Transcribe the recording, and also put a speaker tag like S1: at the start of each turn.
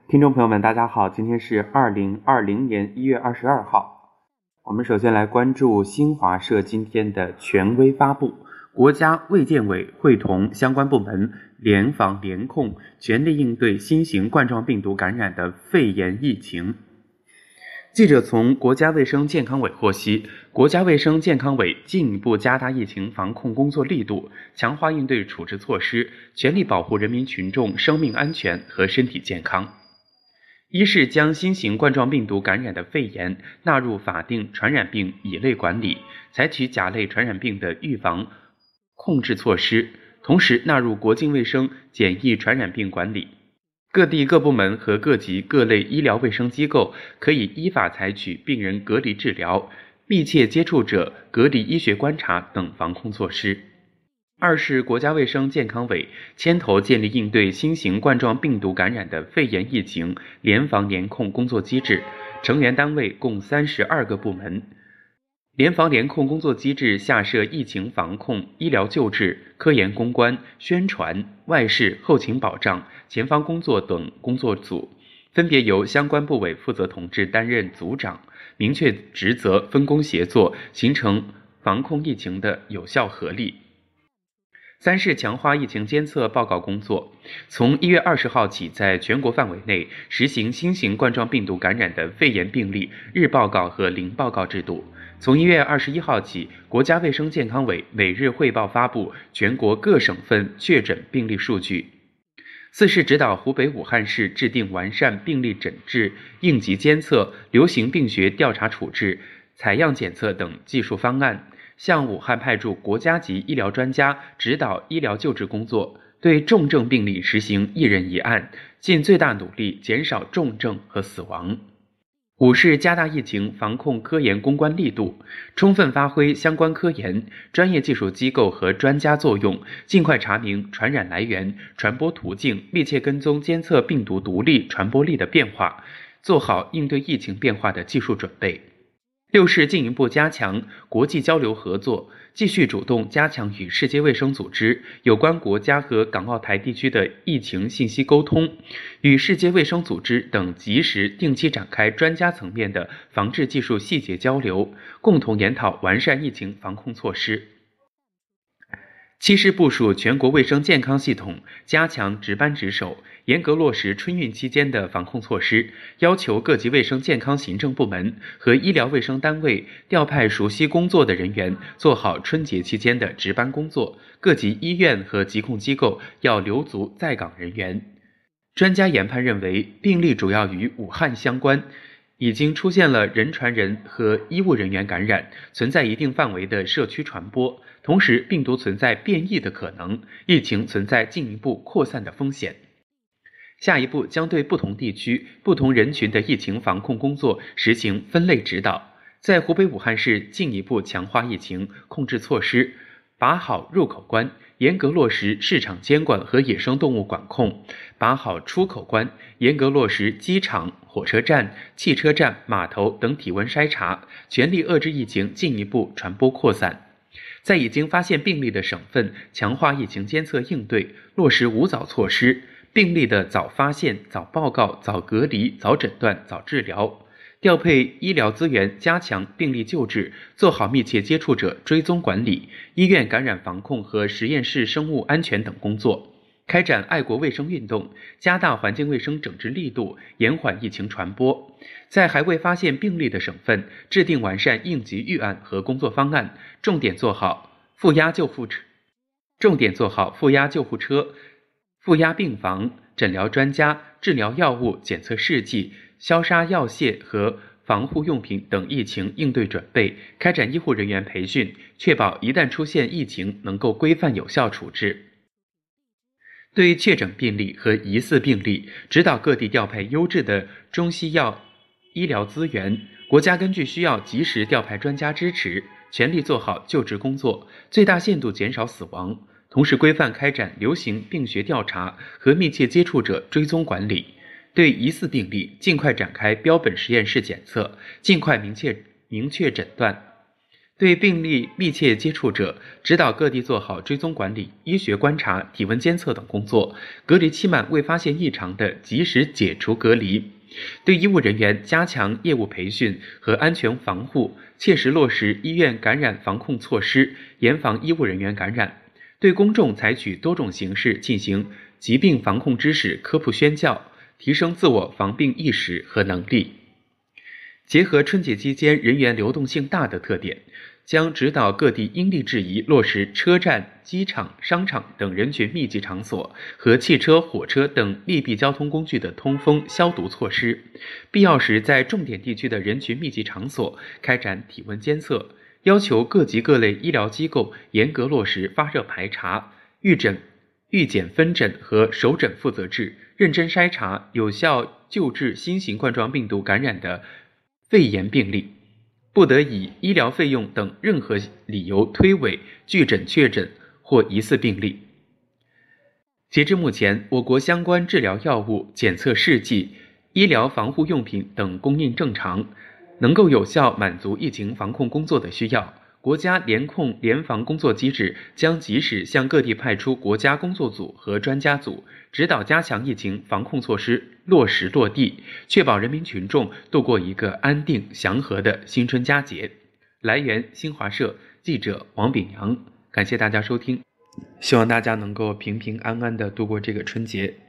S1: 听众朋友们，大家好，今天是2020年1月22号。我们首先来关注新华社今天的权威发布，国家卫健委会同相关部门联防联控，全力应对新型冠状病毒感染的肺炎疫情。记者从国家卫生健康委获悉，国家卫生健康委进一步加大疫情防控工作力度，强化应对处置措施，全力保护人民群众生命安全和身体健康。一是将新型冠状病毒感染的肺炎纳入法定传染病乙类管理，采取甲类传染病的预防控制措施，同时纳入国境卫生检疫传染病管理。各地各部门和各级各类医疗卫生机构可以依法采取病人隔离治疗、密切接触者隔离医学观察等防控措施。二是国家卫生健康委牵头建立应对新型冠状病毒感染的肺炎疫情联防联控工作机制，成员单位共32个部门。联防联控工作机制下设疫情防控、医疗救治、科研攻关、宣传、外事、后勤保障、前方工作等工作组，分别由相关部委负责同志担任组长，明确职责，分工协作，形成防控疫情的有效合力。三是强化疫情监测报告工作，从1月20号起，在全国范围内实行新型冠状病毒感染的肺炎病例日报告和零报告制度。从1月21号起，国家卫生健康委每日汇报发布全国各省份确诊病例数据。四是指导湖北武汉市制定完善病例诊治、应急监测、流行病学调查处置、采样检测等技术方案，向武汉派驻国家级医疗专家指导医疗救治工作，对重症病例实行一人一案，尽最大努力减少重症和死亡。五是加大疫情防控科研攻关力度，充分发挥相关科研、专业技术机构和专家作用，尽快查明传染来源、传播途径，密切跟踪监测病毒毒力、传播力的变化，做好应对疫情变化的技术准备。六是进一步加强国际交流合作，继续主动加强与世界卫生组织、有关国家和港澳台地区的疫情信息沟通，与世界卫生组织等及时定期展开专家层面的防治技术细节交流，共同研讨完善疫情防控措施。七是部署全国卫生健康系统，加强值班值守，严格落实春运期间的防控措施，要求各级卫生健康行政部门和医疗卫生单位调派熟悉工作的人员，做好春节期间的值班工作。各级医院和疾控机构要留足在岗人员。专家研判认为，病例主要与武汉相关，已经出现了人传人和医务人员感染，存在一定范围的社区传播，同时病毒存在变异的可能，疫情存在进一步扩散的风险。下一步将对不同地区、不同人群的疫情防控工作实行分类指导，在湖北武汉市进一步强化疫情控制措施，把好入口关，严格落实市场监管和野生动物管控，把好出口关，严格落实机场、火车站、汽车站、码头等体温筛查，全力遏制疫情进一步传播扩散。在已经发现病例的省份，强化疫情监测应对，落实五早措施，病例的早发现、早报告、早隔离、早诊断、早治疗，调配医疗资源，加强病例救治，做好密切接触者追踪管理、医院感染防控和实验室生物安全等工作，开展爱国卫生运动，加大环境卫生整治力度，延缓疫情传播。在还未发现病例的省份，制定完善应急预案和工作方案，重点做好负压救护车、负压病房、诊疗专家、治疗药物、检测试剂、消杀药械和防护用品等疫情应对准备，开展医护人员培训，确保一旦出现疫情能够规范有效处置。对确诊病例和疑似病例，指导各地调配优质的中西药医疗资源，国家根据需要及时调派专家支持，全力做好救治工作，最大限度减少死亡，同时规范开展流行病学调查和密切接触者追踪管理，对疑似病例尽快展开标本实验室检测，尽快明确诊断， 对病例密切接触者，指导各地做好追踪管理、医学观察、体温监测等工作，隔离期满未发现异常的，及时解除隔离。对医务人员加强业务培训和安全防护，切实落实医院感染防控措施，严防医务人员感染。对公众采取多种形式进行疾病防控知识科普宣教，提升自我防病意识和能力。结合春节期间人员流动性大的特点，将指导各地因地制宜落实车站、机场、商场等人群密集场所和汽车、火车等密闭交通工具的通风消毒措施，必要时在重点地区的人群密集场所开展体温监测，要求各级各类医疗机构严格落实发热排查、预检分诊和首诊负责制，认真筛查有效救治新型冠状病毒感染的肺炎病例，不得以医疗费用等任何理由推诿拒诊确诊或疑似病例。截至目前，我国相关治疗药物、检测试剂、医疗防护用品等供应正常，能够有效满足疫情防控工作的需要。国家联控联防工作机制将及时向各地派出国家工作组和专家组，指导加强疫情防控措施落实落地，确保人民群众度过一个安定祥和的新春佳节。来源：新华社，记者王炳阳。感谢大家收听，希望大家能够平平安安地度过这个春节。